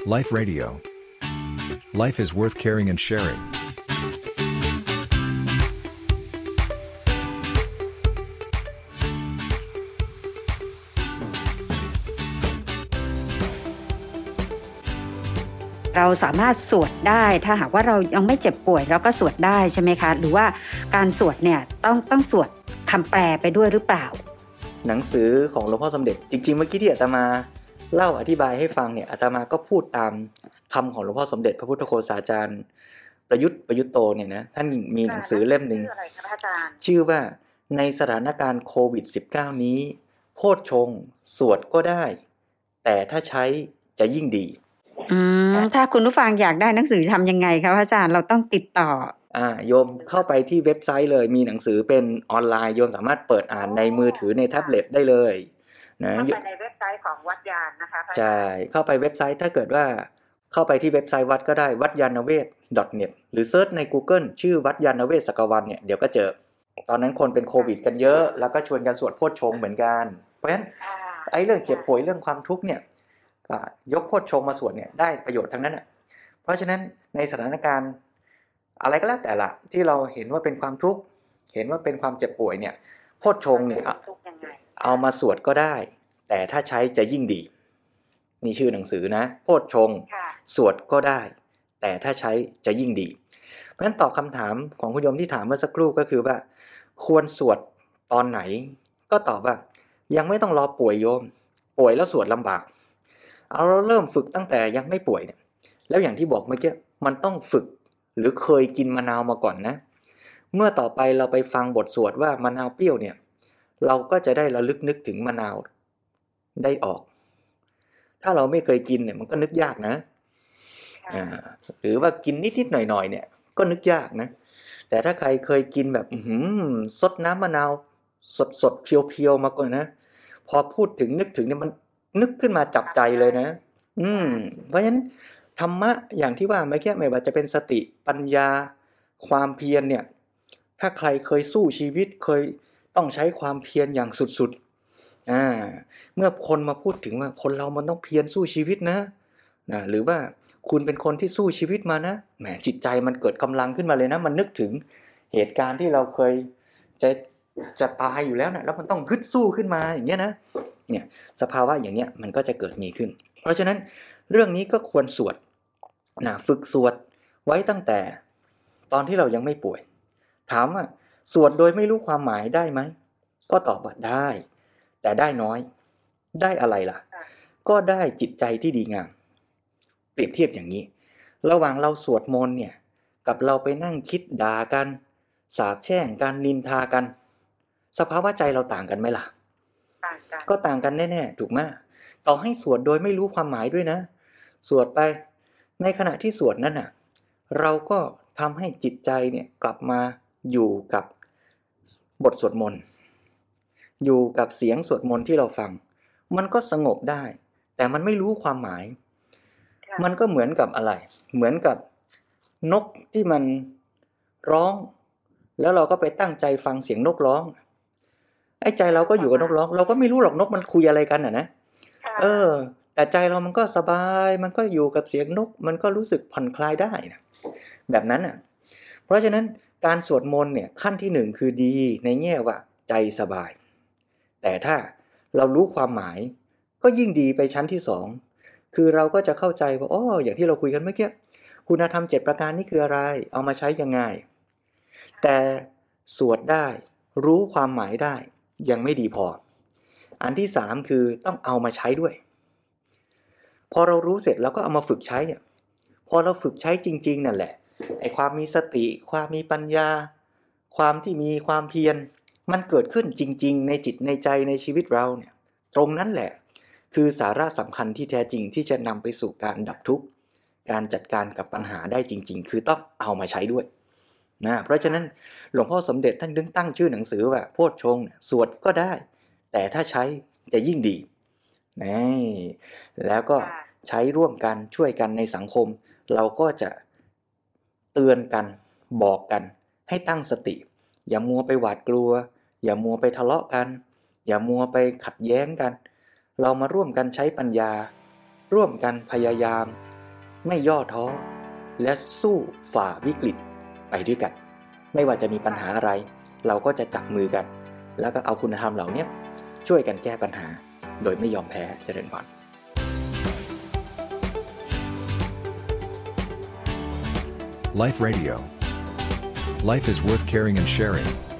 Life Radio. Life is worth caring and sharing. เราสามารถสวดได้ถ้าหากว่าเรายังไม่เจ็บป่วยเราก็สวดได้ใช่ไหมคะหรือว่าการสวดเนี่ยต้องสวดคำแปลไปด้วยหรือเปล่าหนังสือของหลวงพ่อสมเด็จจริงๆเมื่อกี้ที่อาตมาเล่าอธิบายให้ฟังเนี่ยอาตมาก็พูดตามคำของหลวงพ่อสมเด็จพระพุทธโฆษาจารย์ประยุทธ์โตเนี่ยนะท่านมีหนังสือเล่มหนึ่งชื่อว่าในสถานการณ์โควิด -19 นี้โพชฌงค์สวดก็ได้แต่ถ้าใช้จะยิ่งดีถ้าคุณผู้ฟังอยากได้หนังสือทำยังไงครับอาจารย์เราต้องติดต่อโยมเข้าไปที่เว็บไซต์เลยมีหนังสือเป็นออนไลน์โยมสามารถเปิดอ่านในมือถือในแท็บเล็ตได้เลยนะเข้าไปในเว็บไซต์ของวัดยานนะคะใช่เข้าไปเว็บไซต์ถ้าเกิดว่าเข้าไปที่เว็บไซต์วัดก็ได้วัดยานเวศ .net หรือเซิร์ชใน Google ชื่อวัดยานเวศสักวันเนี่ยเดี๋ยวก็เจอตอนนั้นคนเป็นโควิดกันเยอะแล้วก็ชวนกันสวดโพชฌงค์เหมือนกันเพราะฉะนั้นไอ้เรื่องเจ็บป่วยเรื่องความทุกข์เนี่ยยกโพชฌงค์มาสวดเนี่ยได้ประโยชน์ทั้งนั้นเพราะฉะนั้นในสถานการณ์อะไรก็แล้วแต่ละที่เราเห็นว่าเป็นความทุกข์เห็นว่าเป็นความเจ็บป่วยเนี่ยโพชฌงค์เนี่ยเอามาสวดก็ได้แต่ถ้าใช้จะยิ่งดีนี่ชื่อหนังสือนะโพชฌงค์สวดก็ได้แต่ถ้าใช้จะยิ่งดีเพราะฉะนั้นตอบคำถามของคุณโยมที่ถามเมื่อสักครู่ก็คือว่าควรสวดตอนไหนก็ตอบว่ายังไม่ต้องรอป่วยโยมป่วยแล้วสวดลำบากเอาเราเริ่มฝึกตั้งแต่ยังไม่ป่วยเนี่ยแล้วอย่างที่บอกเมื่อกี้มันต้องฝึกหรือเคยกินมะนาวมาก่อนนะเมื่อต่อไปเราไปฟังบทสวดว่ามะนาวเปรี้ยวเนี่ยเราก็จะได้ระลึกนึกถึงมะนาวได้ออกถ้าเราไม่เคยกินเนี่ยมันก็นึกยากนะหรือว่ากินนิดๆหน่อยๆเนี่ยก็นึกยากนะแต่ถ้าใครเคยกินแบบซดน้ำมะนาวสดๆเพียวๆมาก่อนนะพอพูดถึงนึกถึงเนี่ยมันนึกขึ้นมาจับใจเลยนะเพราะฉะนั้นธรรมะอย่างที่ว่าเมื่อกี้ไม่ว่าจะเป็นสติปัญญาความเพียรเนี่ยถ้าใครเคยสู้ชีวิตเคยต้องใช้ความเพียรอย่างสุดๆเมื่อคนมาพูดถึงว่าคนเรามันต้องเพียรสู้ชีวิตนะหรือว่าคุณเป็นคนที่สู้ชีวิตมานะแหมจิตใจมันเกิดกำลังขึ้นมาเลยนะมันนึกถึงเหตุการณ์ที่เราเคยจะตายอยู่แล้วนะแล้วมันต้องฮึดสู้ขึ้นมาอย่างเงี้ยนะเนี่ยสภาวะอย่างเงี้ยมันก็จะเกิดมีขึ้นเพราะฉะนั้นเรื่องนี้ก็ควรสวดฝึกสวดไว้ตั้งแต่ตอนที่เรายังไม่ป่วยถามว่าสวดโดยไม่รู้ความหมายได้ไหมก็ตอบว่าได้แต่ได้น้อยได้อะไรล่ะก็ได้จิตใจที่ดีงามเปรียบเทียบอย่างนี้ระหว่างเราสวดมนต์เนี่ยกับเราไปนั่งคิดด่ากันสาปแช่งกันนินทากันสภาวะใจเราต่างกันไหมล่ะก็ต่างกันแน่ๆถูกไหมต่อให้สวดโดยไม่รู้ความหมายด้วยนะสวดไปในขณะที่สวดนั้นน่ะเราก็ทำให้จิตใจเนี่ยกลับมาอยู่กับบทสวดมนต์อยู่กับเสียงสวดมนต์ที่เราฟังมันก็สงบได้แต่มันไม่รู้ความหมายมันก็เหมือนกับอะไรเหมือนกับนกที่มันร้องแล้วเราก็ไปตั้งใจฟังเสียงนกร้องไอ้ใจเราก็อยู่กับนกร้องเราก็ไม่รู้หรอกนกมันคุยอะไรกันนะแต่ใจเรามันก็สบายมันก็อยู่กับเสียงนกมันก็รู้สึกผ่อนคลายได้นะแบบนั้นน่ะเพราะฉะนั้นการสวดมนต์เนี่ยขั้นที่1คือดีในแง่ว่าใจสบายแต่ถ้าเรารู้ความหมายก็ยิ่งดีไปชั้นที่2คือเราก็จะเข้าใจว่าอย่างที่เราคุยกันเมื่อกี้คุณธรรม7ประการนี้คืออะไรเอามาใช้ยังไงแต่สวดได้รู้ความหมายได้ยังไม่ดีพออันที่3คือต้องเอามาใช้ด้วยพอเรารู้เสร็จแล้วก็เอามาฝึกใช้เนี่ยพอเราฝึกใช้จริงๆนั่นแหละไอ้ความมีสติความมีปัญญาความที่มีความเพียรมันเกิดขึ้นจริงๆในจิตในใจในชีวิตเราเนี่ยตรงนั้นแหละคือสาระสำคัญที่แท้จริงที่จะนำไปสู่การดับทุกข์การจัดการกับปัญหาได้จริงๆคือต้องเอามาใช้ด้วยนะเพราะฉะนั้นหลวงพ่อสมเด็จท่านดึงตั้งชื่อหนังสือว่าโพชฌงค์สวดก็ได้แต่ถ้าใช้จะยิ่งดีแล้วก็ใช้ร่วมกันช่วยกันในสังคมเราก็จะเตือนกันบอกกันให้ตั้งสติอย่ามัวไปหวาดกลัวอย่ามัวไปทะเลาะกันอย่ามัวไปขัดแย้งกันเรามาร่วมกันใช้ปัญญาร่วมกันพยายามไม่ย่อท้อและสู้ฝ่าวิกฤตไปด้วยกันไม่ว่าจะมีปัญหาอะไรเราก็จะจับมือกันแล้วก็เอาคุณธรรมเหล่านี้ช่วยกันแก้ปัญหาโดยไม่ยอมแพ้เจริญพร Life Radio. Life is worth caring and sharing.